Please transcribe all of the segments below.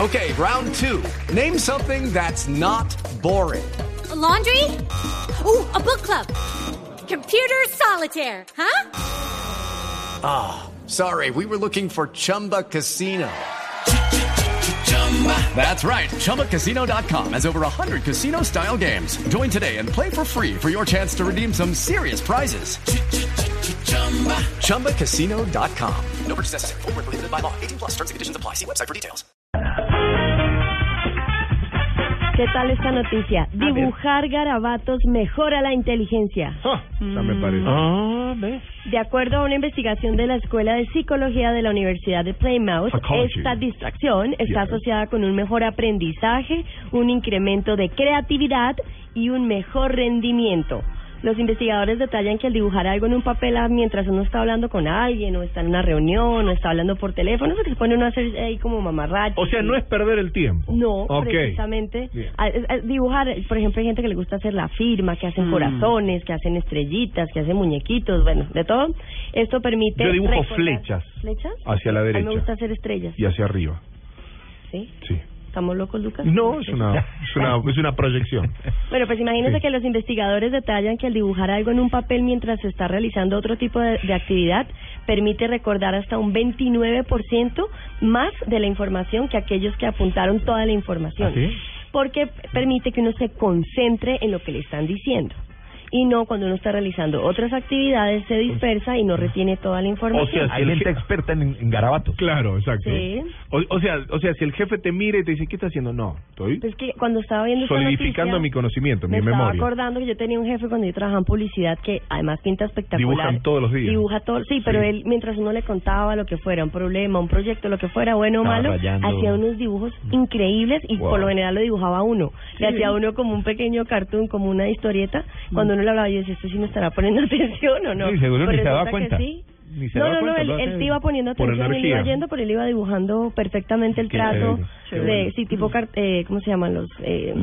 Okay, round two. Name something that's not boring. A laundry? Ooh, a book club. Computer solitaire, huh? Ah, sorry, we were looking for Chumba Casino. That's right, ChumbaCasino.com has over 100 casino-style games. Join today and play for free for your chance to redeem some serious prizes. ChumbaCasino.com. No purchase necessary. Void where prohibited by law. 18+ terms and conditions apply. See website for details. ¿Qué tal esta noticia? Dibujar garabatos mejora la inteligencia. Ya me parece. De acuerdo a una investigación de la Escuela de Psicología de la Universidad de Plymouth, esta distracción está asociada con un mejor aprendizaje, un incremento de creatividad y un mejor rendimiento. Los investigadores detallan que al dibujar algo en un papel mientras uno está hablando con alguien, o está en una reunión, o está hablando por teléfono, se pone uno a hacer ahí como mamarracho. O sea, no es perder el tiempo. No, precisamente. Dibujar, por ejemplo, hay gente que le gusta hacer la firma, que hacen corazones, que hacen estrellitas, que hacen muñequitos, bueno, de todo. Esto permite... Yo dibujo flechas. ¿Flechas? Hacia la derecha. A mí me gusta hacer estrellas. Y hacia arriba. ¿Sí? Sí. ¿Estamos locos, Lucas? No, es una proyección. Bueno, pues imagínense que los investigadores detallan que al dibujar algo en un papel mientras se está realizando otro tipo de actividad permite recordar hasta un 29% más de la información que aquellos que apuntaron toda la información. ¿Ah, sí? Porque permite que uno se concentre en lo que le están diciendo. Y no, cuando uno está realizando otras actividades se dispersa y no retiene toda la información. O sea, hay gente experta en garabatos. Claro, exacto. Sí. O sea, si el jefe te mira y te dice, ¿qué está haciendo? No, estoy Pues que cuando estaba viendo esta solidificando noticia, mi conocimiento, mi me memoria. estaba acordando que yo tenía un jefe cuando yo trabajaba en publicidad que además pinta espectacular. Dibujan todos los días. Dibuja todo, sí, pero él, mientras uno le contaba lo que fuera, un problema, un proyecto, lo que fuera, bueno o malo, hacía unos dibujos increíbles y por lo general lo dibujaba uno. Le hacía uno como un pequeño cartoon, como una historieta. Cuando uno le hablaba, yo decía, ¿esto sí me estará poniendo atención o no? Sí, seguro Pues ni se daba resulta cuenta. que sí. No, Él te iba poniendo por atención, él iba energía. yendo, pero él iba dibujando perfectamente el trazo de, sí, tipo, ¿cómo se llaman los?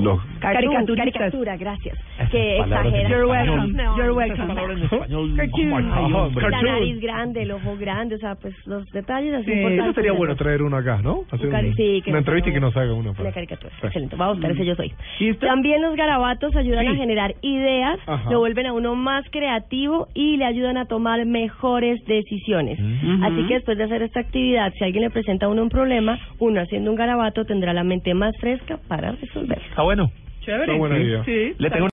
Caricatura, gracias. Que exagera. You're welcome. Cartoon. La nariz grande, el ojo grande, o sea, pues los detalles así importantes. Eso sería bueno traer uno acá, ¿no? Hacer una entrevista y que nos haga uno. Una caricatura, excelente. Vamos a buscar ese yo soy. También los garabatos ayudan a generar ideas, lo vuelven a uno más creativo y le ayudan a tomar mejores decisiones. Así que después de hacer esta actividad, si alguien le presenta a uno un problema, uno haciendo un garabato tendrá la mente más fresca para resolverlo. Está bueno. Chévere. Está buena idea. Le tengo